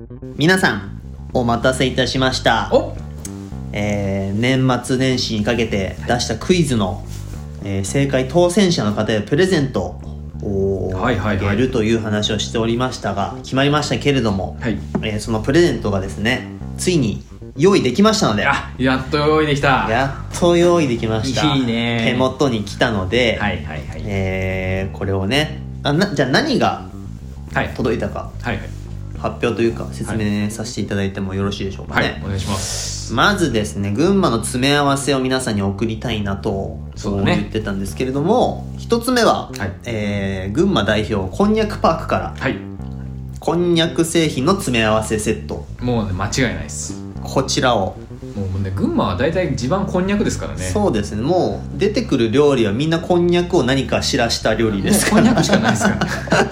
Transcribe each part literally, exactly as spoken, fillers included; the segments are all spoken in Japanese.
皆さんお待たせいたしました。 お、 えー、年末年始にかけて出したクイズの、えー、正解当選者の方へプレゼントをはいはいはいあげるという話をしておりましたが、決まりましたけれども、 はい、 えー、そのプレゼントがですね、ついに用意できましたので、 あ、やっと用意できた。 やっと用意できました。 いいね。 手元に来たので、 はいはいはい、 えー、これをね、あなじゃあ何が届いたか、 はいはいはい、 発表というか説明させていただいてもよろしいでしょうかね。 はい、お願いします。 まずですね、群馬の詰め合わせを皆さんに送りたいなとそう言ってたんですけれども、一つ目は、 はい、 えー、群馬代表こんにゃくパークから、 はい、 こんにゃく製品の詰め合わせセット、 もうね、間違いないです。 こちらをもうね、群馬は大体地盤こんにゃくですからね。 そうですね、もう出てくる料理はみんなこんにゃくを何かしらした料理ですから、 こんにゃくしかないですから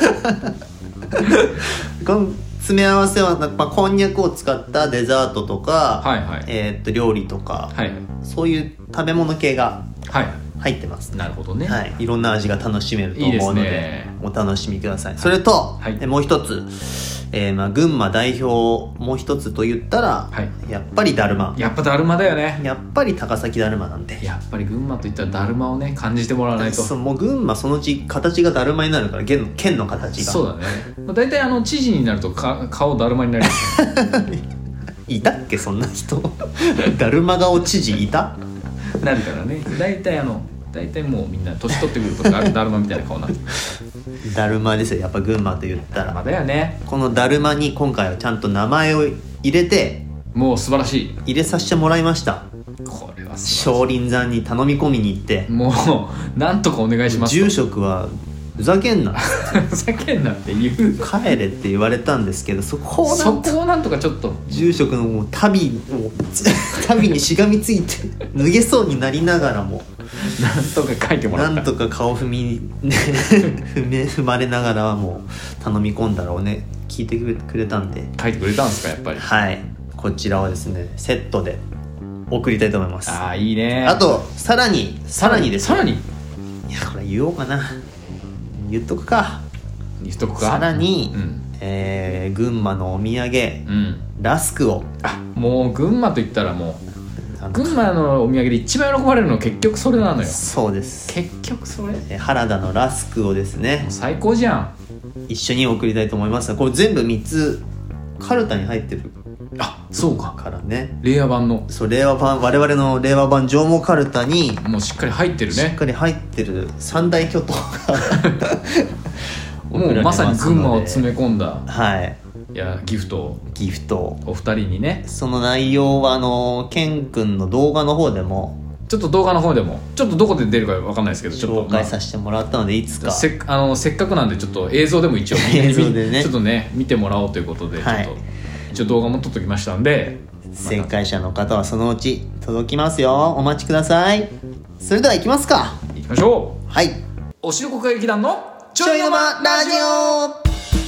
この詰め合わせは、まあ、こんにゃくを使ったデザートとか、 はいはい、 えー、っと料理とか、 はい、 そういう食べ物系がはい入ってます、 なるほどね、 はい、いろんな味が楽しめると思うの で, いいですね、 お楽しみください。それと、 はい、 もう一つ、えーまあ、群馬代表もう一つと言ったら、 はい、 やっぱりだるま。 やっぱだるまだよね。 やっぱり高崎だるまなんで、 やっぱり群馬といったらだるまをね感じてもらわないと。 そう、もう群馬そのうち形がだるまになるから、県の、県の形が。 そうだね、まあ、大体あの知事になるとか顔だるまになるいたっけそんな人だるま顔知事いたなるからね。大体あの大体もうみんな年取ってくるとだるまみたいな顔になってだるまですよ、やっぱ群馬と言ったら。 まだよね。 このだるまに今回はちゃんと名前を入れて、 もう素晴らしい、 入れさせてもらいました。 これは少林山に頼み込みに行って、 もうなんとかお願いしますと。 住職はふざけんなふざけんなって言う帰れって言われたんですけど、そこをなんとそこをなんとかちょっと住職のもう旅を旅にしがみついて脱げそうになりながらもなんとか書いてもらった。 なんとか顔踏み踏め踏まれながらもう頼み込んだらをね、聞いてくれたんで、 書いてくれたんですかやっぱり。 はい、こちらはですねセットで送りたいと思います。 ああ、いいね。 あとさらにさらにですね、 さらにいやこれ言おうかな、言っとくか言っとくか。 さらに、 うん、 えー、群馬のお土産、 うん、 ラスクを。 あ、もう群馬といったらもう群馬のお土産で一番喜ばれるのは結局それなのよ。 そうです、 結局それ、 えー、原田のラスクをですね、 最高じゃん。 一緒に送りたいと思います。これ全部みっつカルタに入ってる。 あ、そうか、 からね、 令和版の、 そう、令和版、我々の令和版上毛カルタにもうしっかり入ってるね。 しっかり入ってる三大巨頭がもうまさに群馬を詰め込んだ、 はい、 いやギフトをギフトお二人にね。 その内容はあのケン君の動画の方でもちょっと動画の方でもちょっとどこで出るか分かんないですけど、ちょっと紹介させてもらったので、いつかせっあのせっかくなんでちょっと映像でも一応映像でねちょっとね見てもらおうということで、 はい、 ちょっと一応動画も撮っときましたんで、 正解者の方はそのうち届きますよ。お待ちください。それでは行きますか。 行きましょう。 はい、 おしるこ歌劇団のちょいのまラジオ。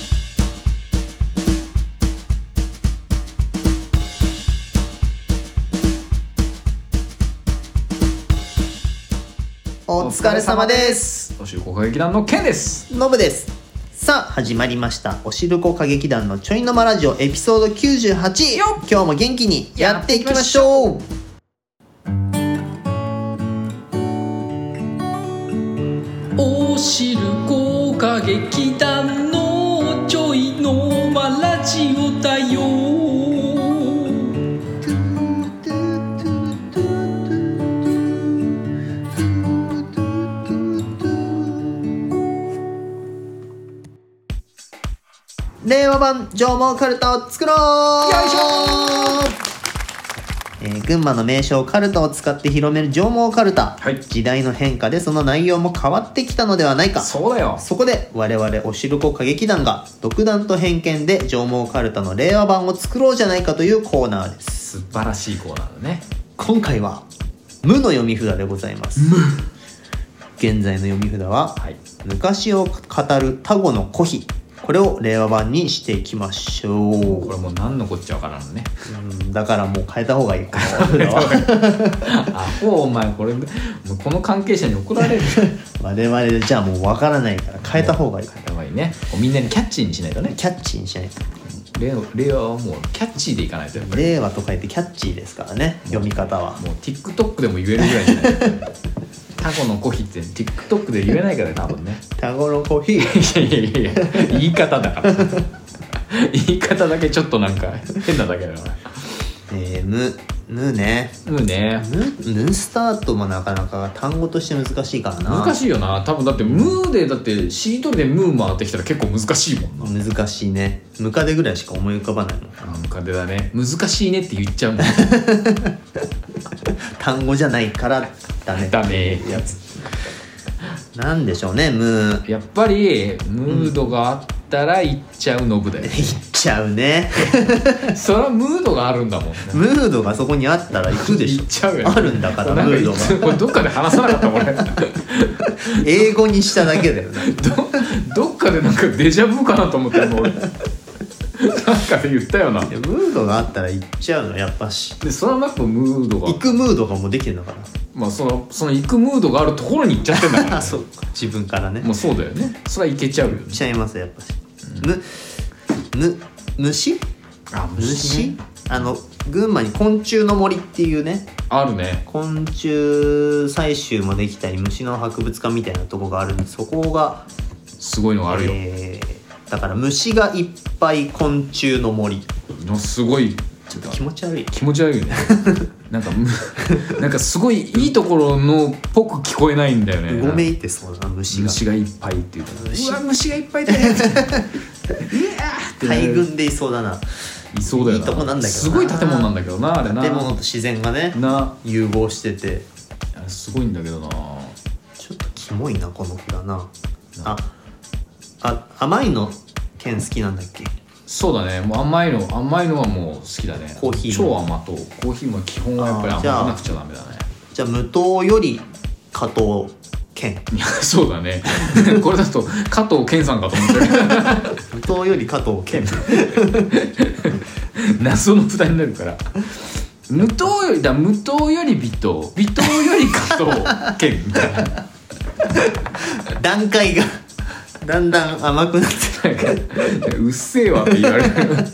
お疲れ様です。 おしるこ歌劇団のケンです。 ノブです。さあ始まりましたおしるこ歌劇団のちょいのまラジオエピソードきゅうじゅうはち。今日も元気にやっていきましょう。 おしるこ歌劇団のちょいのまラジオだよ。 令和版上毛カルタを作ろう。 よいしょー、えー、群馬の名称カルタを使って広める上毛カルタ、 はい、 時代の変化でその内容も変わってきたのではないか。 そうだよ。 そこで我々おしるこ歌劇団が独断と偏見で上毛カルタの令和版を作ろうじゃないかというコーナーです。 素晴らしいコーナーだね。 今回は無の読み札でございます。 無。 現在の読み札は、 はい、 昔を語るタゴの古碑、これを令和版にしていきましょう。 これもう何のこっちゃわからんのね。 うん、だからもう変えた方がいいかアホお前、これもうこの関係者に怒られる我々でじゃあもうわからないから変えた方がいい。 変えた方がいいね。みんなにキャッチーにしないとね。 キャッチーにしないと。 令和令和はもうキャッチーでいかないとやっぱり令和と書いてキャッチーですからね、読み方は。 もう TikTok でも言えるぐらいじゃないタコのコヒって TikTok で言えないから多分ねタコのコーヒーいやいやいやいや言い方だから言い方だけちょっとなんか変なだけだからえー、むむねむねむむスタートもなかなか単語として難しいからな。 難しいよな多分。だってムーでだってしりとりでムー回ってきたら結構難しいもんな。 難しいね。ムカデぐらいしか思い浮かばないもん。 あムカデだね。難しいねって言っちゃうもん単語じゃないからだねダメやつなんでしょうね。ムやっぱりムードがあったら言っちゃうノブだよ、ね、 言っちゃうねそれはムードがあるんだもんね。 ムードがそこにあったら行くでしょ。 言っちゃうよ、ね、 あるんだからムードが。 これどっかで話さなかった俺英語にしただけだよねど, どっかでなんかデジャブかなと思っても俺なんかで言ったよな。 ムードがあったら行っちゃうのやっぱし。 でそのやっぱムードが行くムードがもうできてるのかな。 まあそのその行くムードがあるところに行っちゃってんだから、ね、 そう自分からね。 もうそうだよね。それはいけちゃうよね。 行っちゃいますやっぱし、うん、むむ虫あ虫、ね、 あの群馬に昆虫の森っていうねあるね。 昆虫採集もできたり虫の博物館みたいなとこがあるんで、そこがすごいのがあるよ、 えー、だから虫がいっぱい昆虫の森のすごいちょっと気持ち悪い気持ち悪いよねなんかなんかすごいいいところのっぽく聞こえないんだよね。 ごめいてそうな虫が虫がいっぱいっていうか、 虫うわ虫がいっぱいだね大群でいそうだな。 いそうだよな。 いいとこなんだけどな。 すごい建物なんだけどなあれな。 建物と自然がねな融合しててすごいんだけどな。 ちょっとキモいなこの札な。ああ甘いの剣好きなんだっけ。 そうだね。もう甘いの甘いのはもう好きだね。 コーヒー超甘とコーヒーも基本はやっぱり甘くなくちゃダメだね。 じゃあ無糖より加糖剣。 いやそうだねこれだと加藤健さんかと思ってる無糖より加糖剣謎の札になるから無糖よりだ無糖より微糖微糖より加糖剣みたいな段階がだんだん甘くなってるうっせえわって言われる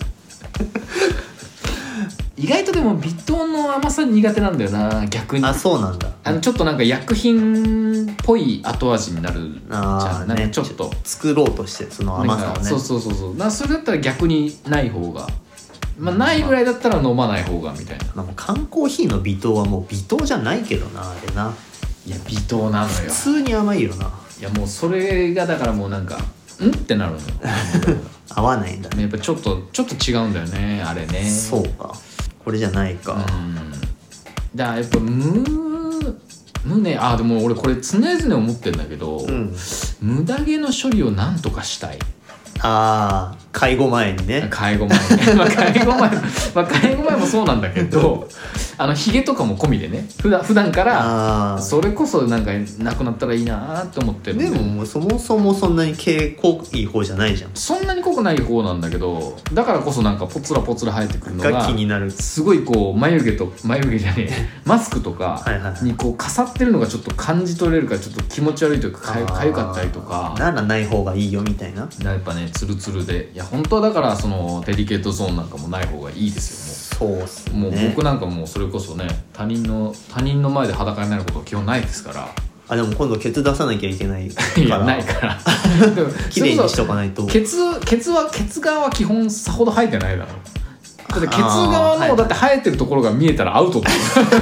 意外とでも微糖の甘さ苦手なんだよな逆に。 あそうなんだ。 あのちょっとなんか薬品っぽい後味になるじゃん。なんかちょっと、 ね、作ろうとしてその甘さをね。 そうそうそうそう。だそれだったら逆にない方が、まあ、ないぐらいだったら飲まない方がみたいな。 まあ、もう缶コーヒーの微糖はもう微糖じゃないけどなあれな。 いや微糖なのよ。 普通に甘いよな。 いやもうそれがだからもうなんかんってなるのよ合わないんだね。 やっぱちょっとちょっと違うんだよねあれね。 そうかこれじゃないか。 うんだからやっぱむむねあでも俺これ常々思ってんだけど、うん、無駄毛の処理をなんとかしたい。 ああ介護前にね。 介護前にまあ介護前まあ介護前もそうなんだけどあのヒゲとかも込みでね普段普段からそれこそなんかなくなったらいいなって思ってるんで。 でももうそもそもそんなに毛濃い方じゃないじゃん。 そんなに濃くない方なんだけどだからこそなんかポツラポツラ生えてくるのが気になる。 すごいこう眉毛と眉毛じゃねえマスクとかにこうかさってるのがちょっと感じ取れるからちょっと気持ち悪いというかかゆかったりとか。 ならない方がいいよみたいな。 やっぱねツルツルでいや本当はだからそのデリケートゾーンなんかもない方がいいですよ。もうそうっすね。 もう僕なんかもうそれこそね他人の他人の前で裸になることは基本ないですから。 あでも今度ケツ出さなきゃいけないからいやないから綺麗にしとかないと。 ケツケツはケツ側は基本さほど生えてないだろ。だってケツ側のだって生えてるところが見えたらアウトだ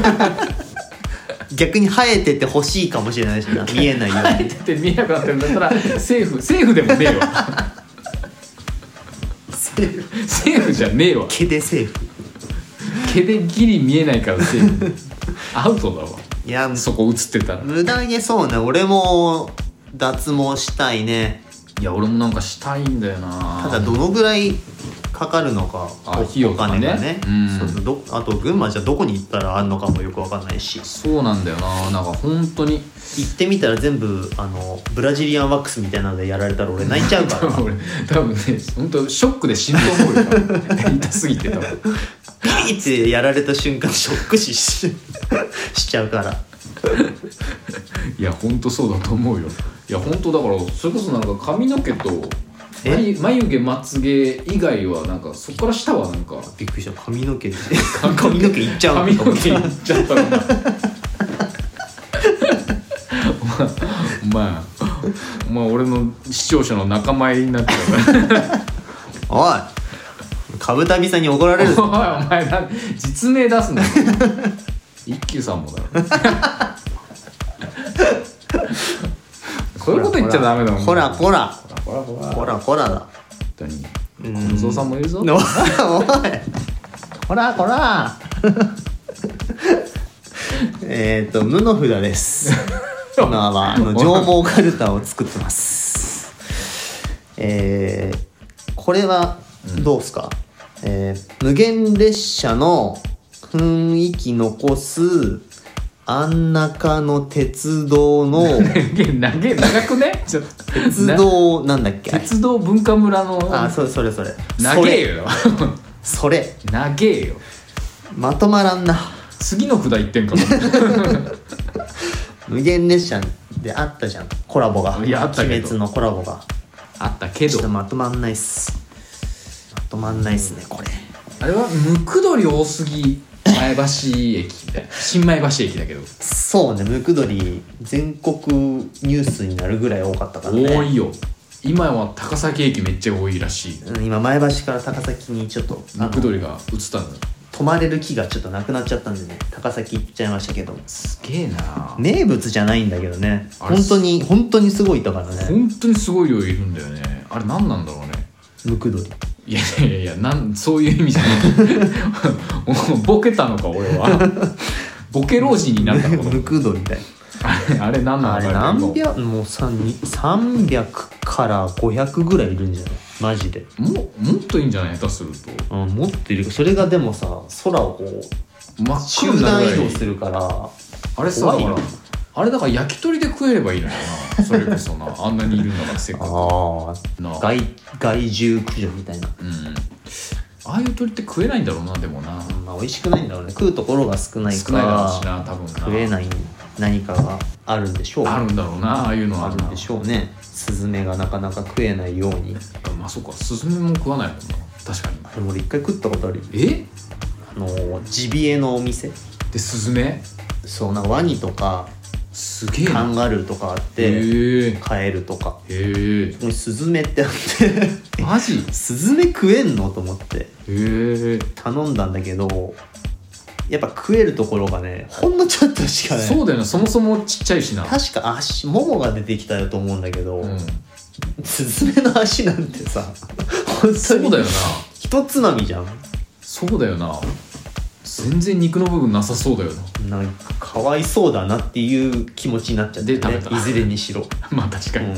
逆に生えてて欲しいかもしれないしな見えないように生えてて見えなくなってるんだったらセーフセーフでもねえわセーフセーフじゃねえわ。 毛でセーフ毛でギリ見えないからセーフアウトだわ。 いやそこ映ってたら無駄毛そうね。俺も脱毛したいね。 いや俺もなんかしたいんだよな。 ただどのぐらいかかるのかあ費用とかね、 お金がね、 うん、 そうそうどあと群馬じゃどこに行ったらあんのかもよく分かんないし。 そうなんだよな。なんか本当に行ってみたら全部あのブラジリアンワックスみたいなのでやられたら俺泣いちゃうから俺多分ね本当ショックで死ぬと思うよ痛すぎて多分ピーってやられた瞬間ショック死ししちゃうからいや本当そうだと思うよ。いや本当だからそれこそなんか髪の毛と眉, 眉毛まつげ以外はなんかそこから下はなんかびっくりした髪の毛髪の毛いっちゃう髪の毛いっちゃったのかお前お前俺の視聴者の仲間入りになっちゃうからおいかぶたびさんに怒られるぞおいお前な実名出すんだよ一休さんもだろそういうこと言っちゃダメだもん。 こらこらこらこらこらこらだ。 本当に小僧さんもいるぞ。 おいこらこらえっと無の札です今はあの上毛カルタを作ってますえー、これはどうすか、うん、えー、無限列車の雰囲気残すあん中の鉄道の長くねちょ鉄道なんだっけ鉄道文化村のあそれそれそれ長えよそれ長えよまとまらんな次の札言ってんか無限列車であったじゃんコラボがいやあったけど鬼滅のコラボがあったけどちょっとまとまんないっすまとまんないっすねこれあれはムクドリ多すぎ前橋駅みたいな新前橋駅だけどそうねムクドリ全国ニュースになるぐらい多かったからね多いよ今は高崎駅めっちゃ多いらしい、 うん、今前橋から高崎にちょっとムクドリが移ったんだ泊まれる気がちょっとなくなっちゃったんでね高崎行っちゃいましたけどすげえな名物じゃないんだけどね本当に本当にすごいだからね本当にすごい量いるんだよねあれ何なんだろうねムクドリいやいやいやなんそういう意味じゃないボケたのか俺はボケ老人になったのかムクドリだよあれあれ何なんだろうあれ何百もうささんびゃくからごひゃくぐらいいるんじゃないマジでももっといいんじゃない下手すると、 うん、もっといるそれがでもさ空をこう真っ集団移動するからあれさだからあれだから焼き鳥で食えればいいのよなそれこそなあんなにいるんだからせっかくあな害害獣駆除みたいなうんああいう鳥って食えないんだろうなでもな、 まあ、美味しくないんだろうね食うところが少ないから少ないだろうしな多分な食えない何かがあるんでしょうあるんだろうなああいうのはあるんでしょうねスズメがなかなか食えないようにまあそうかスズメも食わないもんな確かにでも俺一回食ったことあるよえあのジビエのお店でスズメそうなんかワニとかすげえカンガルーとかあってカエルとかへえそこにスズメってあってマジスズメ食えんのと思ってへえ頼んだんだけどやっぱ食えるところがねほんのちょっとしかないそうだよなそもそもちっちゃいしな確か足ももが出てきたと思うんだけど、 うん、 スズメの足なんてさ本当にそうだよなひとつまみじゃんそうだよな全然肉の部分なさそうだよななんかかわいそうだなっていう気持ちになっちゃって、ね、 で食べたいずれにしろまあ確かに、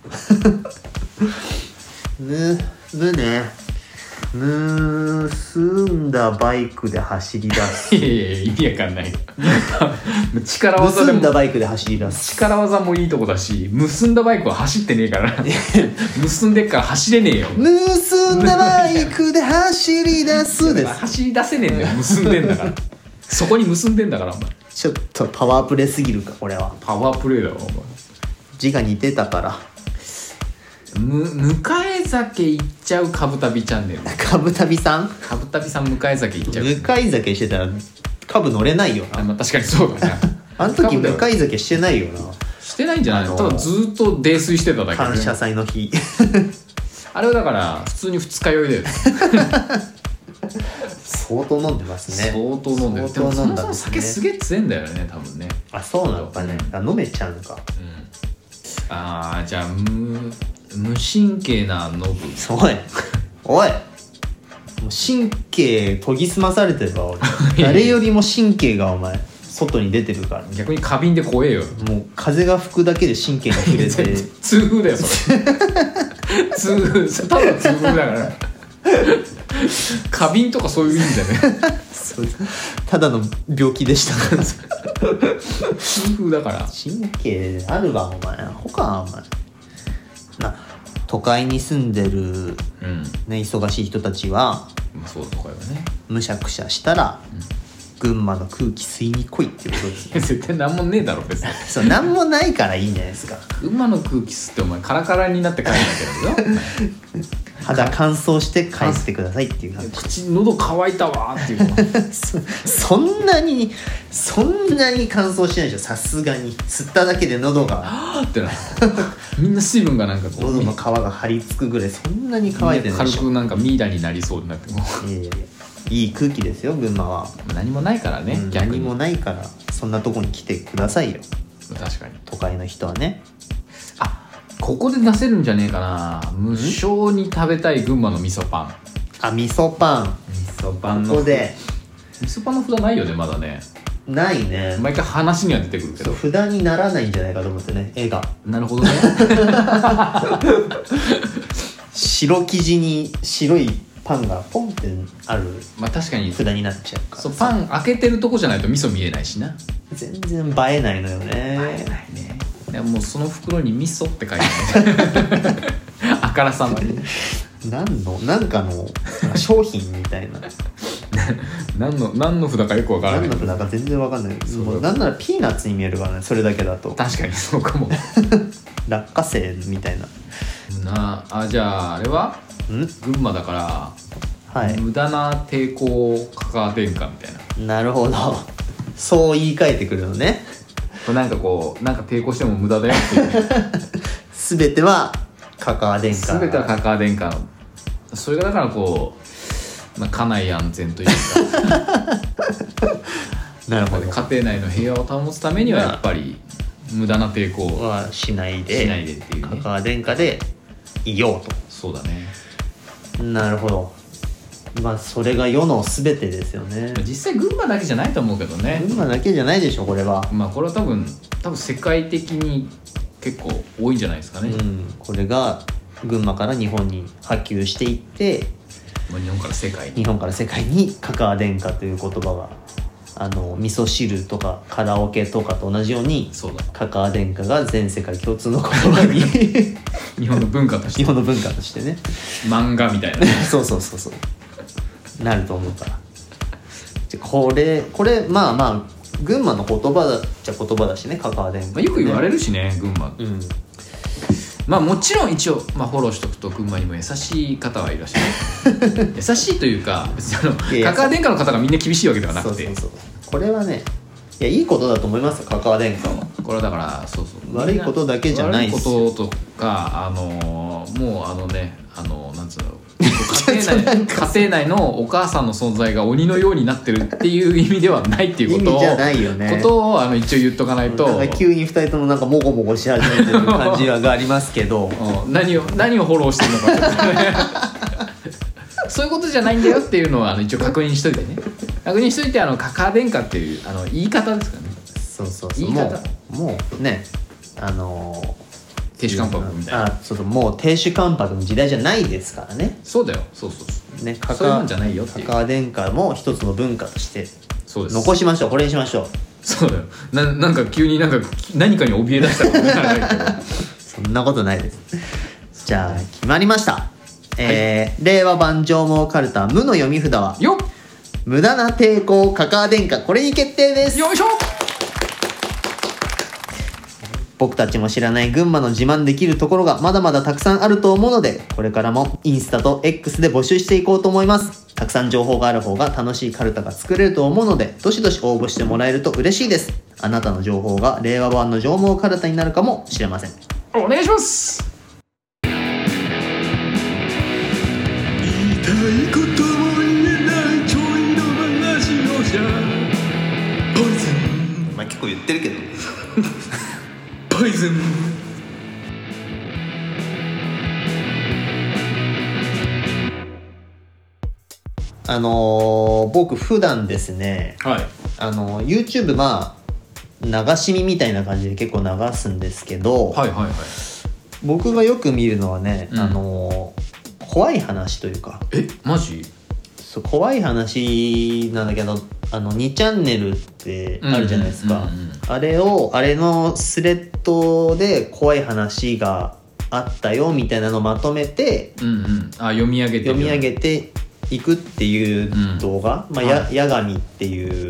うん、ぬぬね盗んだバイクで走り出すいやいや意味わかんない力技でも盗んだバイクで走り出す力技もいいとこだし結んだバイクは走ってねえから結んでっから走れねえよ盗んだバイクで走り出すです走り出せねえんだよ結んでんだからそこに結んでんだからお前ちょっとパワープレイすぎるかこれはパワープレイだろお前字が似てたからむ向かえ酒行っちゃうかぶたびチャンネルかぶたびさんかぶたびさん向かえ酒行っちゃう向かい酒してたらカブ乗れないよな、 まあ、確かにそうだなあの時向かい酒してないよなしてないんじゃないのただずっと泥酔してただけで感謝祭の日あれはだから普通に二日酔いだよ相当飲んでますね相当飲んでる相当飲んだんですねでもそもそも酒すげえ強いんだよね多分ねあそうなのかね飲めちゃうのか、 うん、あーじゃあ無無神経なノブおいおいもう神経研ぎ澄まされてるわ俺誰よりも神経がお前外に出てるから逆に花瓶で怖えよもう風が吹くだけで神経が触れて痛風だよそれ痛風ただ痛風だから花瓶とかそういう意味だねただの病気でした痛風だから神経あるわお前ほかお前な都会に住んでる、うんね、忙しい人たちは、 まあ、そう都会はねむしゃくしゃしたら、うん、 群馬の空気吸いに来いっていうことですね絶対なんもねえだろ別にそうなんもないからいいんじゃないですか。 群馬の空気吸ってお前カラカラになって帰るんだけどよ肌乾燥して帰ってくださいっていう感じ。 口喉乾いたわっていうそ, そんなにそんなに乾燥しないでしょさすがに。吸っただけで喉がはーってなみんな水分がなんかこう喉の皮が張り付くぐらいそんなに乾いてないでしょ。 軽くなんかミイラになりそうになってもいやいやいやいい空気ですよ群馬は。 何もないからね、 うん、 逆に何もないからそんなとこに来てくださいよ。 確かに都会の人はね。 あここで出せるんじゃねえかな。無償に食べたい群馬の味噌パン。 あ味噌パン味噌パンのここで味噌パンの札ないよねまだね。 ないね。 毎回話には出てくるけど札にならないんじゃないかと思ってね絵が。 なるほどね白生地に白いパンがポンってあるまあ確かに札になっちゃうから。 そうパン開けてるとこじゃないと味噌見えないしな。 全然映えないのよね。 映えないね。でももうその袋に味噌って書いてあるあからさまに何のなんかの商品みたいな何の何の札かよくわからない。 何の札か全然わかんない。 そうもうなんならピーナッツに見えるからねそれだけだと。 確かにそうかも落花生みたいな。 なあじゃああれはん群馬だから、 はい無駄な抵抗カカア殿下みたいな。 なるほどそう言い換えてくるのね。 これなんかこうなんか抵抗しても無駄だよっていう全てはカカア殿下。 全てはカカア殿下のそれがだからこう、まあ、家内安全というかなるほど。 家庭内の平和を保つためにはやっぱり無駄な抵抗はしないでしないでっていうね。 カカア殿下でいようそうだね。 と。なるほど。まあそれが世の全てですよね。 実際群馬だけじゃないと思うけどね。 群馬だけじゃないでしょこれは。 まあこれは多分多分世界的に結構多いんじゃないですかね、 うん、これが群馬から日本に波及していって、 まあ、日本から世界に日本から世界にカカア殿下という言葉があの味噌汁とかカラオケとかと同じようにそうだカカア殿下が全世界共通の言葉に日本の文化として日本の文化としてね漫画みたいなねそうそうそうそうなると思うから。これこれまあまあ群馬の言葉だっちゃ言葉だしねカカア殿下、ね、 まあ、よく言われるしね群馬、 うん、 まあもちろん一応、まあ、フォローしとくと群馬にも優しい方はいらっしゃる優しいというか別にあのいやいやカカア殿下の方がみんな厳しいわけではなくて、 そうそうそうこれはねいやいいことだと思いますよカカア殿下は。 これはだからそうそう悪いことだけじゃないですよ。 悪いこととかあのー、もうあのねあのなんつうの家庭内家庭内のお母さんの存在が鬼のようになってるっていう意味ではないっていうことを意味じゃないよねことをあの一応言っとかないとなんか急にふたりともなんかモゴモゴし始めてる感じがありますけどうん何を何をフォローしてるのかちょっとねそういうことじゃないんだよっていうのはあの一応確認しといてね確認しといてあのカカア殿下っていうあの言い方ですからね。 そうそうそう言い方もうもうねあのー亭主関白みたいな。 あそうそうもう亭主関白の時代じゃないですからね。 そうだよそうそうそうねカそういうもカんじゃないよっていうカカア殿下も一つの文化としてそうです残しましょう。これにしましょう。 そうだよ な, なんか急になんか何かに怯え出したことにならないけどそんなことないです。じゃあ決まりました、えーはい、令和版上毛かるた無の読み札はよっ無駄な抵抗カカア殿下これに決定です。 よいしょ。 僕たちも知らない群馬の自慢できるところがまだまだたくさんあると思うのでこれからもインスタと X で募集していこうと思います。たくさん情報がある方が楽しいカルタが作れると思うのでどしどし応募してもらえると嬉しいです。あなたの情報が令和版の上毛カルタになるかもしれません。 お願いします。 言いたいことも言えないちょいの話をじゃポイズンまあ結構言ってるけどポイズンあのー、僕普段ですね、 はいあの YouTube まあ流し見みたいな感じで結構流すんですけど、 はいはいはい。 僕がよく見るのはね、 うん、 あのー、怖い話というかえマジそう怖い話なんだけどあのにチャンネルってあるじゃないですか、 うんうんうんうん、 あれをあれのスレッドで怖い話があったよみたいなのをまとめて、 うんうん、あ読み上げて読み上げていくっていう動画、 うんまあ、や、はい、やがみっていう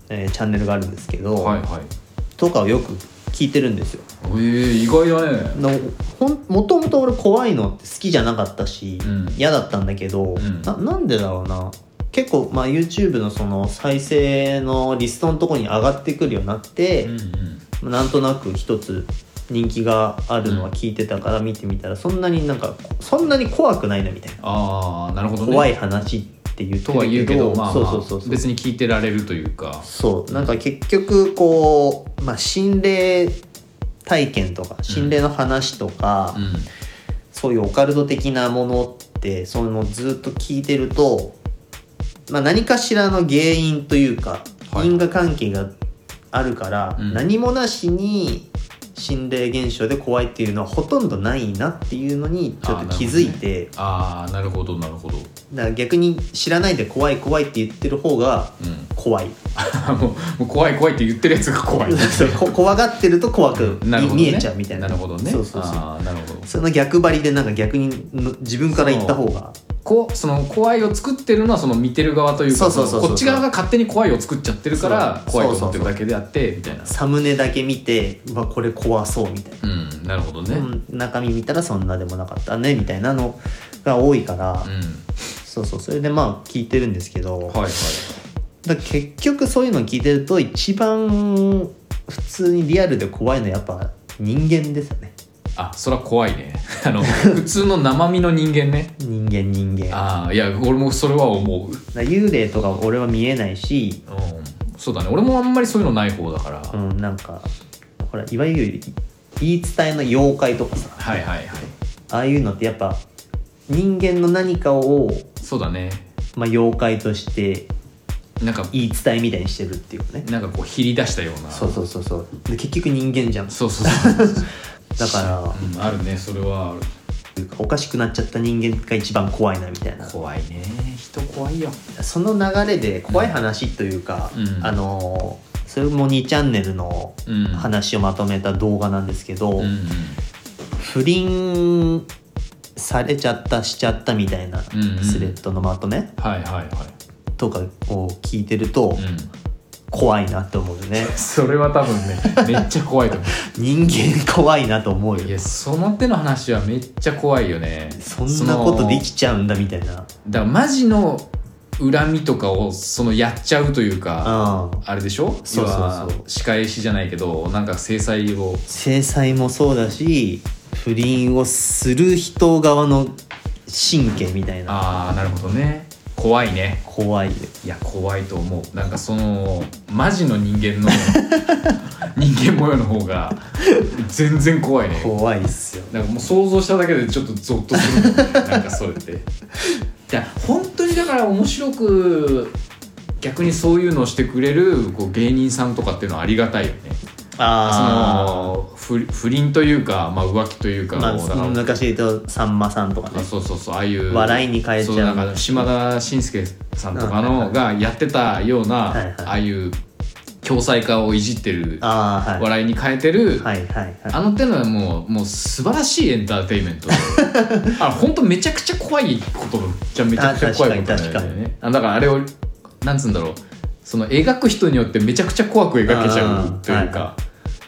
えーチャンネルがあるんですけど、 はいはい。 とかをよく聞いてるんですよ。 えー、意外だね。 のほんもともと俺怖いのって好きじゃなかったし、 うん嫌だったんだけど、 んな, なんでだろうな結構、まあ、YouTube のその再生のリストのところに上がってくるようになって、 うんうん、 なんとなく一つ人気があるのは聞いてたから見てみたら、そんなになんかそんなに怖くないなみたいな。 ああなるほどね。 怖い話って言ってるけどとは言うけど、まあ、まあ、 そうそうそうそう別に聞いてられるというか。 そうなんか結局こう、まあ、心霊体験とか心霊の話とか、 うん、 そういうオカルト的なものってそのずっと聞いてると、まあ、何かしらの原因というか、 はい、 因果関係があるから、うん、何もなしに心霊現象で怖いっていうのはほとんどないなっていうのにちょっと気づいて、 ああなるほどなるほど。 だから逆に知らないで怖い怖いって言ってる方が怖い、 うん、も, うもう怖い怖いって言ってるやつが怖い怖がってると怖く、うんね、見えちゃうみたいな。 なるほどね。 そうそうそう。 あなるほど。 その逆張りでなんか逆に自分から言った方がこその怖いを作ってるのはその見てる側というか、こっち側が勝手に怖いを作っちゃってるから怖いと思ってるだけであってみたいな。 サムネだけ見てうわこれ怖そうみたいな、 うん、なるほどね、 うん、中身見たらそんなでもなかったねみたいなのが多いから、うん、そうそうそれでまあ聞いてるんですけど、はいはい、だ結局そういうのを聞いてると一番普通にリアルで怖いのはやっぱ人間ですよね。 あ、それは怖いねあの普通の生身の人間ね人間人間ああいや俺もそれは思う。 幽霊とか俺は見えないし、 うん、そうだね俺もあんまりそういうのない方だから、 うん、なんかほらいわゆる言い伝えの妖怪とかさ、 はいはいはい、 ああいうのってやっぱ人間の何かをそうだね、 まあ、妖怪としてなんか言い伝えみたいにしてるっていうかね、 なんかこうひり出したような。 そうそうそうそうで結局人間じゃん。 そうそうそうだから、 うん、あるねそれはある。 おかしくなっちゃった人間が一番怖いなみたいな。 怖いね人怖いよ。 その流れで怖い話というか、うん、あのそれもにチャンネルの話をまとめた動画なんですけど、うんうん、不倫されちゃったしちゃったみたいなスレッドのまとめ、うんうん、はいはいはいとかを聞いてると、うん、怖いなって思うよねそれは多分ねめっちゃ怖いと思う人間怖いなと思うよ。 いやその手の話はめっちゃ怖いよね。 そんなことできちゃうんだみたいな。だからマジの恨みとかをそのやっちゃうというか、うん、あれでしょ。そうそうそう仕返しじゃないけどなんか制裁を制裁もそうだし不倫をする人側の神経みたいな。 ああなるほどね。怖いね。 怖い。 いや怖いと思う。なんかそのマジの人間の人間模様の方が全然怖いね。 怖いっすよ。 なんかもう想像しただけでちょっとゾッとするもんねなんかそれっていや本当にだから面白く逆にそういうのをしてくれるこう芸人さんとかっていうのはありがたいよね。あその不倫というか、まあ、浮気というか、 まあ、昔言うとさんまさんとかね。 そうそうそうああいう笑いに変えちゃう。そうなんか島田紳介さんとかのがやってたような、はいはい、ああいう共済化をいじってる、はい、笑いに変えてる、はいはいはい、あの手のはもう、もう素晴らしいエンターテインメントあ本当めちゃくちゃ怖いことじゃめちゃくちゃ怖いことだよね。あだからあれをなんつうんだろうその描く人によってめちゃくちゃ怖く描けちゃうというか、はい、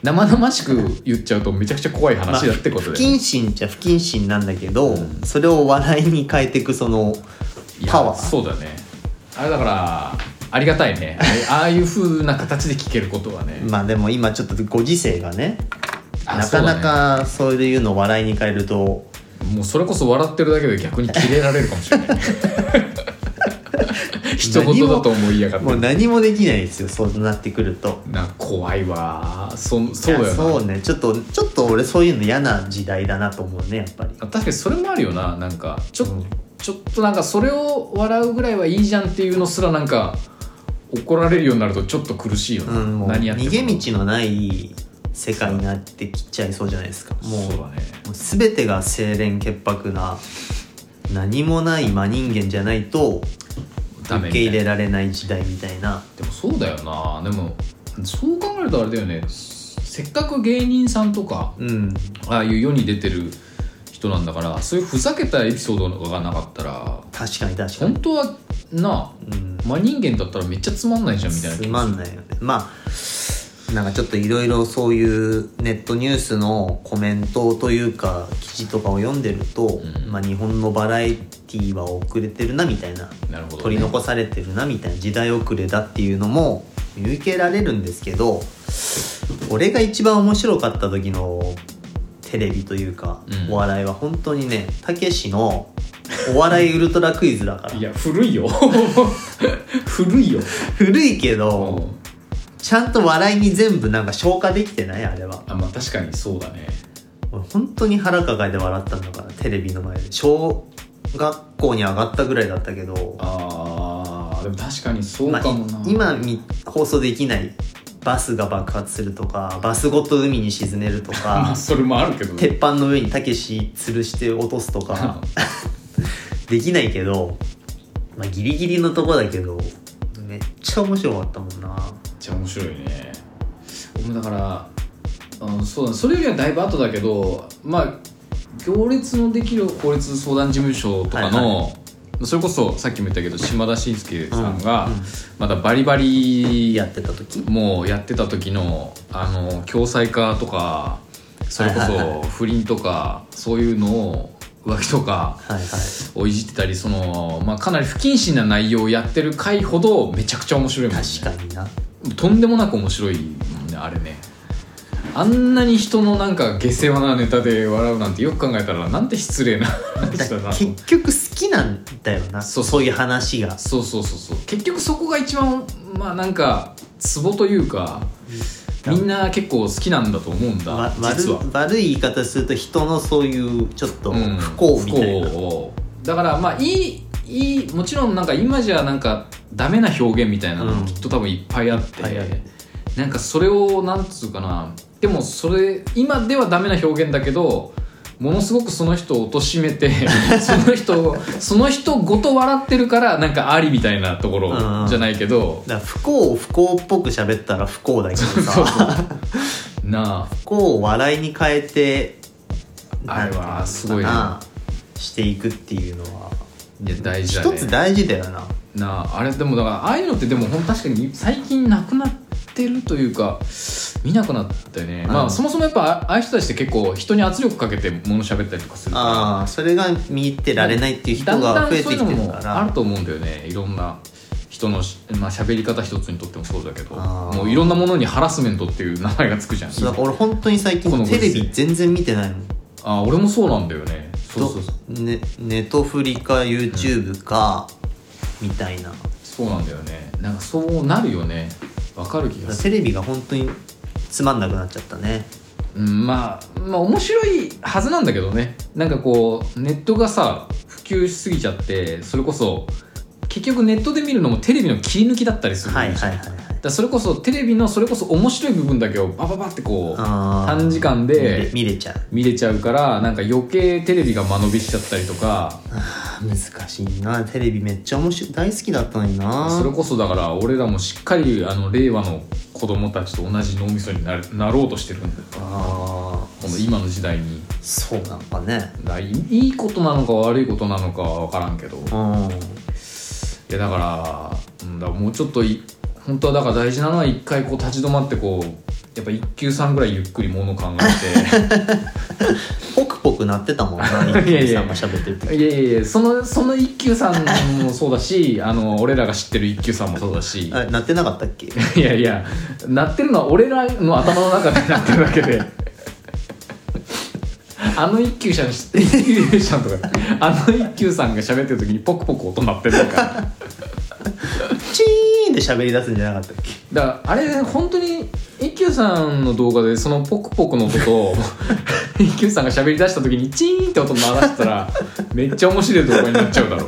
生々しく言っちゃうとめちゃくちゃ怖い話だってことで、 まあ、不謹慎っちゃ不謹慎なんだけど、うん、それを笑いに変えていくそのパワー。 そうだねあれだからありがたいねああいう風な形で聞けることはねまあでも今ちょっとご時世がねなかなかそういうのを笑いに変えるともうそれこそ笑ってるだけで逆にキレられるかもしれない一言だと思いやがってもう何もできないですよそうなってくると。 な怖いわ そ, そうだよな。 そうねちょっとちょっと俺そういうの嫌な時代だなと思うねやっぱり。 確かにそれもあるよな。なんかちょ,、うん、ちょっとなんかそれを笑うぐらいはいいじゃんっていうのすらなんか怒られるようになるとちょっと苦しいよな、うん、もう何やっても逃げ道のない世界になってきちゃいそうじゃないですか。もう、そうだね、もう全てが清廉潔白な何もない真人間じゃないと受け入れられない時代みたいな。 でもそうだよな。でもそう考えるとあれだよねせっかく芸人さんとか、うん、ああいう世に出てる人なんだからそういうふざけたエピソードがなかったら確かに確かに本当はな、うん、 真人間だったらめっちゃつまんないじゃんみたいな。 つまんないよね。まあなんかちょっといろいろそういうネットニュースのコメントというか記事とかを読んでると、うん、まあ日本のバラエティは遅れてるなみたいな、 なるほどね、 取り残されてるなみたいな、時代遅れだっていうのも見受けられるんですけど、俺が一番面白かった時のテレビというか、うん、お笑いは本当にね、たけしのお笑いウルトラクイズだからいや古いよ古いよ古いけどちゃんと笑いに全部なんか消化できてない？あれは。 あ、まあ確かにそうだね。 俺本当に腹抱えて笑ったんだから、テレビの前で。小学校に上がったぐらいだったけど。 あーでも確かにそうかもな、 まあ、今放送できないバスが爆発するとか、バスごと海に沈めるとかまあそれもあるけど、ね、 鉄板の上にたけし吊るして落とすとかできないけど、まあ、ギリギリのとこだけどめっちゃ面白かったもんな。 めっちゃ面白いね。俺もだから、うん、そうだ、それよりはだいぶ後だけど、まあ行列のできる法律相談事務所とかの、はいはい、それこそさっきも言ったけど島田紳介さんがまだバリバリやってた時もうやってた時のあの共済化とか、それこそ不倫とかそういうのを浮気とかをいじってたり、その、まあ、かなり不謹慎な内容をやってる回ほどめちゃくちゃ面白いもんね。 確かにな。 とんでもなく面白いもんね、あれね。あんなに人のなんか下世話なネタで笑うなんてよく考えたらなんて失礼な話だな。 結局好きなんだよな。そうそういう話が。 そうそうそうそう。結局そこが一番まあなんかツボというか、みんな結構好きなんだと思うんだ、 ま、 実は。 悪い言い方すると人のそういうちょっと不幸みたいな、うん、不幸をだからまあいいいいもちろんなんか今じゃなんかダメな表現みたいなのもきっと多分いっぱいあって、うん、なんかそれをなんつうかな、でもそれ今ではダメな表現だけどものすごくその人を貶めてその人その人ごと笑ってるからなんかありみたいなところじゃないけど、 だから不幸を不幸っぽく喋ったら不幸だけどさなあ、 不幸を笑いに変えてあれはすごいなしていくっていうのはいや大事だね。 一つ大事だよな。 なあ、あれでもだからああいうのってでも確かに最近なくなってるというか見なくなったよね。まあそもそもやっぱああいう人たちって結構人に圧力かけて物喋ったりとかするから、 ああそれが見入ってられないっていう人が増えてきてるから、だんだんそういうのもあると思うんだよね。いろんな人のまあ喋り方一つにとってもそうだけど、もういろんなものにハラスメントっていう名前がつくじゃん。 そうだから俺本当に最近テレビ全然見てないもん。 ああ俺もそうなんだよね。そうそうそう。 ね、ネトフリか YouTube か、うん、みたいな。 そうなんだよね。なんかそうなるよね。わかる気がする。 テレビが本当につまんなくなっちゃったね。 うん、まあまあ面白いはずなんだけどね。なんかこうネットがさ普及しすぎちゃって、それこそ結局ネットで見るのもテレビの切り抜きだったりする。はいはいはい、はい。だそれこそテレビのそれこそ面白い部分だけをバババってこう短時間で見れちゃう見れちゃうからなんか余計テレビが間延びしちゃったりとか。 難しいな。テレビめっちゃ面白い大好きだったのにな。 それこそだから俺らもしっかりあの令和の子供たちと同じ脳みそに な, なろうとしてるんだよ。あこの今の時代に。 そうなのかね。 だいいことなのか悪いことなのかは分からんけど、うん、いやだから、うん、だからもうちょっとい本当はだから大事なのは一回こう立ち止まってこうやっぱ一休さんぐらいゆっくりもの考えてポクポクなってたもんな一休さんが喋ってる時。 いやいやいやそのその一休さんもそうだしあの俺らが知ってる一休さんもそうだしあなってなかったっけ。 いやいやなってるのは俺らの頭の中でなってるだけであの一休さん一休さんとかあの一休さんが喋ってる時にポクポク音鳴ってるからチーンって喋り出すんじゃなかったっけ。 だからあれ本当に一休さんの動画でそのポクポクの音と一休さんが喋り出した時にチーンって音鳴らしたらめっちゃ面白い動画になっちゃうだろ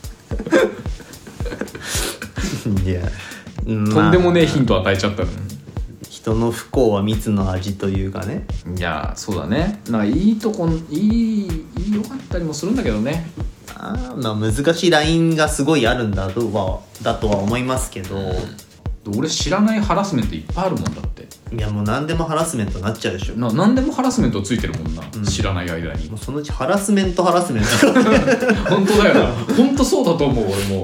う。 いや、 まあ、とんでもねえヒント与えちゃったの。 人の不幸は蜜の味というかね。 いやそうだね。なんかいいとこいいいいよかったりもするんだけどね。 あまあ難しいラインがすごいあるんだとはだとは思いますけど、 うん、俺知らないハラスメントいっぱいあるもんだって。 いやもう何でもハラスメントになっちゃうでしょ。 な何でもハラスメントついてるもんな、うん、知らない間に。 もうそのうちハラスメントハラスメント本当だよな。本当そうだと思う俺も。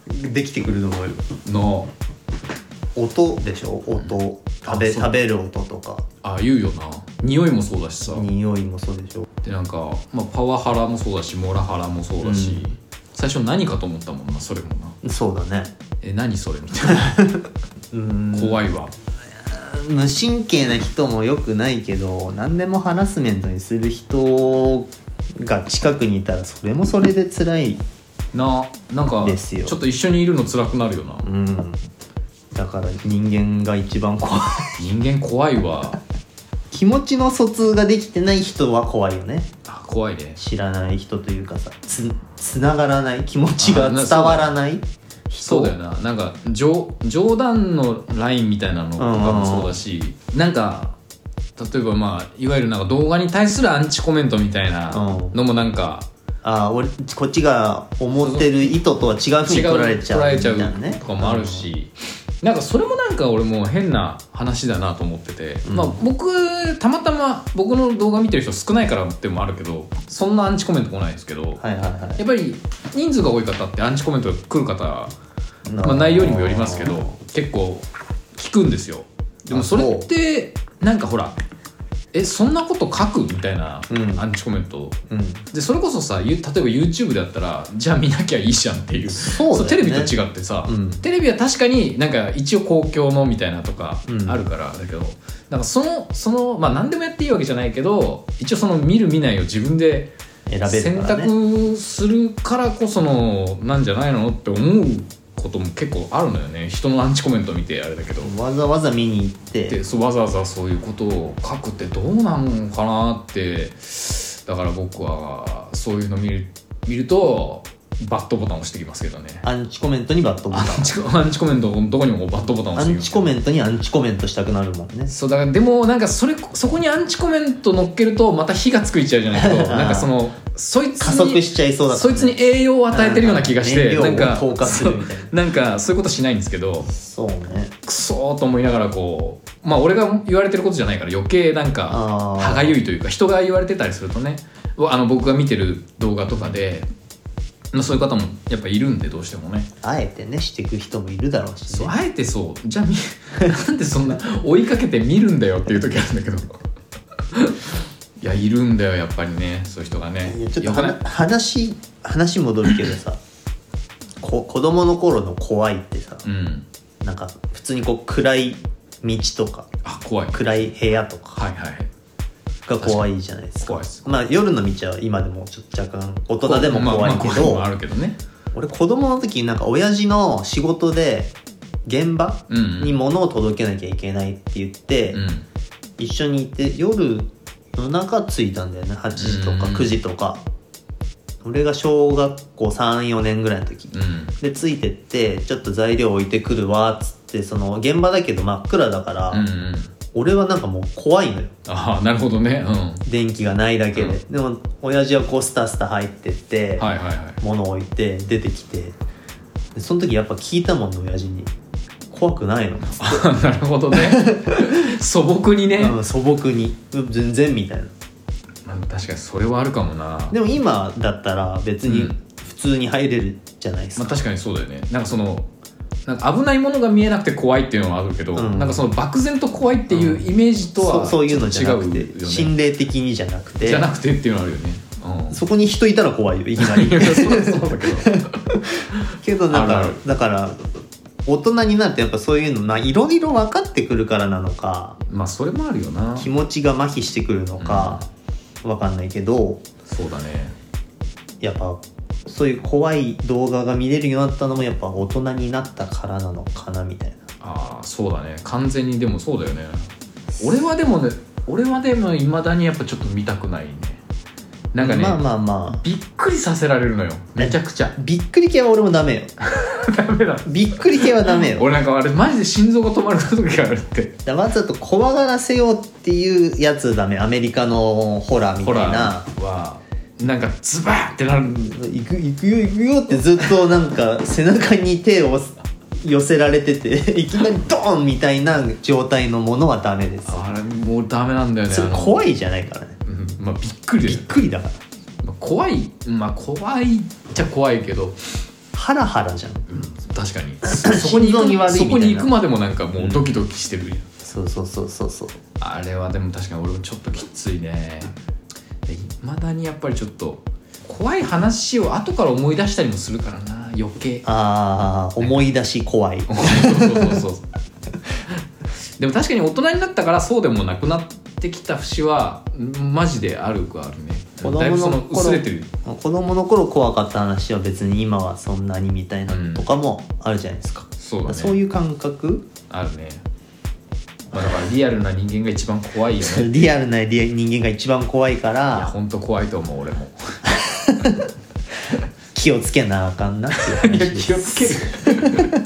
できてくると思うよの音でしょ音、うん、食べ食べる音とかあ言うよな匂いもそうだしさ匂いもそうでしょでなんか、まあ、パワハラもそうだしモラハラもそうだし、うん、最初何かと思ったもんなそれもなそうだねえ何それみたいなうん怖いわ無神経な人もよくないけど何でもハラスメントにする人が近くにいたらそれもそれで辛いななんかちょっと一緒にいるの辛くなるよなうんだから人間が一番怖い人間怖いわ気持ちの疎通ができてない人は怖いよねあ怖いね知らない人というかさ つ, つながらない気持ちが伝わらないそうだよななんか冗談のラインみたいなのとかもそうだし、うん、なんか例えばまあいわゆるなんか動画に対するアンチコメントみたいなのもなんか、 うん、あ俺こっちが思ってる意図とは違う風に捉えちゃう捉えちゃうとかもあるし、うん、なんかそれもなんか俺も変な話だなと思ってて、うんまあ、僕たまたま僕の動画見てる人少ないからってもあるけどそんなアンチコメント来ないんですけど、はいはいはい、やっぱり人数が多い方ってアンチコメントが来る方まあ、内容にもよりますけど結構聞くんですよ。でもそれってなんかほらえそんなこと書くみたいなアンチコメント、うん、でそれこそさ例えば YouTube だったらじゃあ見なきゃいいじゃんっていうそうだよね、そうテレビと違ってさ、うん、テレビは確かになんか一応公共のみたいなとかあるからだけど、うん、なんかそのそのまあ何でもやっていいわけじゃないけど一応その見る見ないを自分で選択するからこそのなんじゃないのって思うことも結構あるのよね。人のアンチコメント見てあれだけどわざわざ見に行ってでそうわざわざそういうことを書くってどうなんかなってだから僕はそういうの見る見るとバッドボタンを押してきますけどね。 アンチコメントにバッドボタンアンチコ、アンチコメントどこにもバッドボタンを押してきます、ね、 アンチコメントにアンチコメントしたくなるもんね。 そうだからでもなんかそれそこにアンチコメント乗っけるとまた火がつくいっちゃうじゃないけどなんかそのそいつに加速しちゃいそうだった、ね、 そいつに栄養を与えてるような気がしてなんか投下するみたいななんかそういうことしないんですけどそうねクソーと思いながらこうまあ俺が言われてることじゃないから余計なんか歯がゆいというか人が言われてたりするとねあの僕が見てる動画とかでそういう方もやっぱいるんでどうしてもねあえてねしていく人もいるだろうし、ね、 そうあえてそうじゃあみなんでそんな追いかけて見るんだよっていう時あるんだけどいやいるんだよやっぱりねそういう人がね。 いやちょっと話話戻るけどさこ子供の頃の怖いってさ、うん、なんか普通にこう暗い道とかあ怖い暗い部屋とか、はいはいが怖いじゃないですか。怖いです。まあ夜の道は今でもちょっと若干大人でも怖いけど、まあまあ、怖いもあるけどね。俺子供の時なんか親父の仕事で現場に物を届けなきゃいけないって言って、うん、一緒に行って夜の中着いたんだよね。はちじとかくじとか、うん、俺が小学校さん、よねんぐらいの時、うん、で着いてってちょっと材料置いてくるわっつってその現場だけど真っ暗だから、うんうん、俺はなんかもう怖いのよ。 ああなるほどね、 うん、電気がないだけで、うん、でも親父はこうスタスタ入ってって、はいはいはい、物を置いて出てきてでその時やっぱ聞いたもんね親父に怖くないのなるほどね素朴にね、 うん、素朴に全然みたいな。 確かにそれはあるかもな。 でも今だったら別に普通に入れるじゃないですか、 うんまあ、確かにそうだよね。なんかそのなんか危ないものが見えなくて怖いっていうのはあるけど、うん、なんかその漠然と怖いっていうイメージとは、うん、 そ, そういうのじゃなくて、ね、心霊的にじゃなくてじゃなくてっていうのあるよね、 うん、そこに人いたら怖いよいきなりそうそうだけどけどなんかだから大人になってやっぱそういうのいろいろ分かってくるからなのか、 まあそれもあるよな。 気持ちが麻痺してくるのか、うん、分かんないけどそうだねやっぱそういう怖い動画が見れるようになったのもやっぱ大人になったからなのかなみたいな。 ああそうだね完全にでもそうだよね。俺はでもね俺はでも未だにやっぱちょっと見たくないね。なんかねまあまあまあびっくりさせられるのよめちゃくちゃ。 びっくり系は俺もダメよダメだびっくり系はダメよ俺なんかあれマジで心臓が止まる時があるって。 だわざと怖がらせようっていうやつダメ。アメリカのホラーみたいなホラーはなんかズバーってなる行く行くよ行くよってずっとなんか背中に手を寄せられてていきなりドーンみたいな状態のものはダメです。 あれもうダメなんだよね。 それ怖いじゃないからね、 うん、まあびっくりびっくりだから、 まあ、怖いまあ怖いっちゃ怖いけどハラハラじゃん、うん、 確かにそこに行くそこに行くまでもなんかもうドキドキしてるやん、うん、 そうそうそうそうそう。 あれはでも確かに俺もちょっときついね。いまだにやっぱりちょっと怖い話を後から思い出したりもするからな、余計。 ああ、思い出し怖いそうそうそうそうでも確かに大人になったからそうでもなくなってきた節はマジであるがあるね。だいぶその薄れてる。 子供の頃怖かった話は別に今はそんなにみたいなとかもあるじゃないですか、うん、 そうだね、 そういう感覚あるね。まあ、だからリアルな人間が一番怖いよね。 リアルな人間が一番怖いから、いや本当怖いと思う俺も気をつけなあかんなっていう話です。 気をつける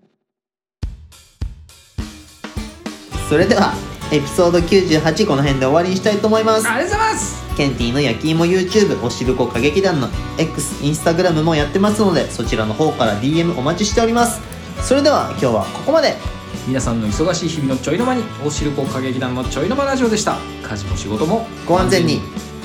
それではエピソードきゅうじゅうはちこの辺で終わりにしたいと思います。 ありがとうございます。 ケンティの焼き芋 YouTube、 おしるこ歌劇団の X、 Instagram もやってますので、そちらの方から ディーエム お待ちしております。それでは今日はここまで。 皆さんの忙しい日々のちょいの間に、おしるこ歌劇団のちょいの間ラジオでした。家事も仕事もご安全に。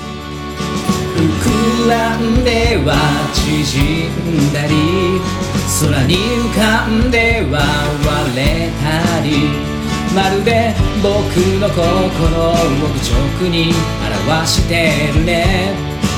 膨らんでは縮んだり、空に浮かんでは割れたり、まるで僕の心を愚直に表してるね。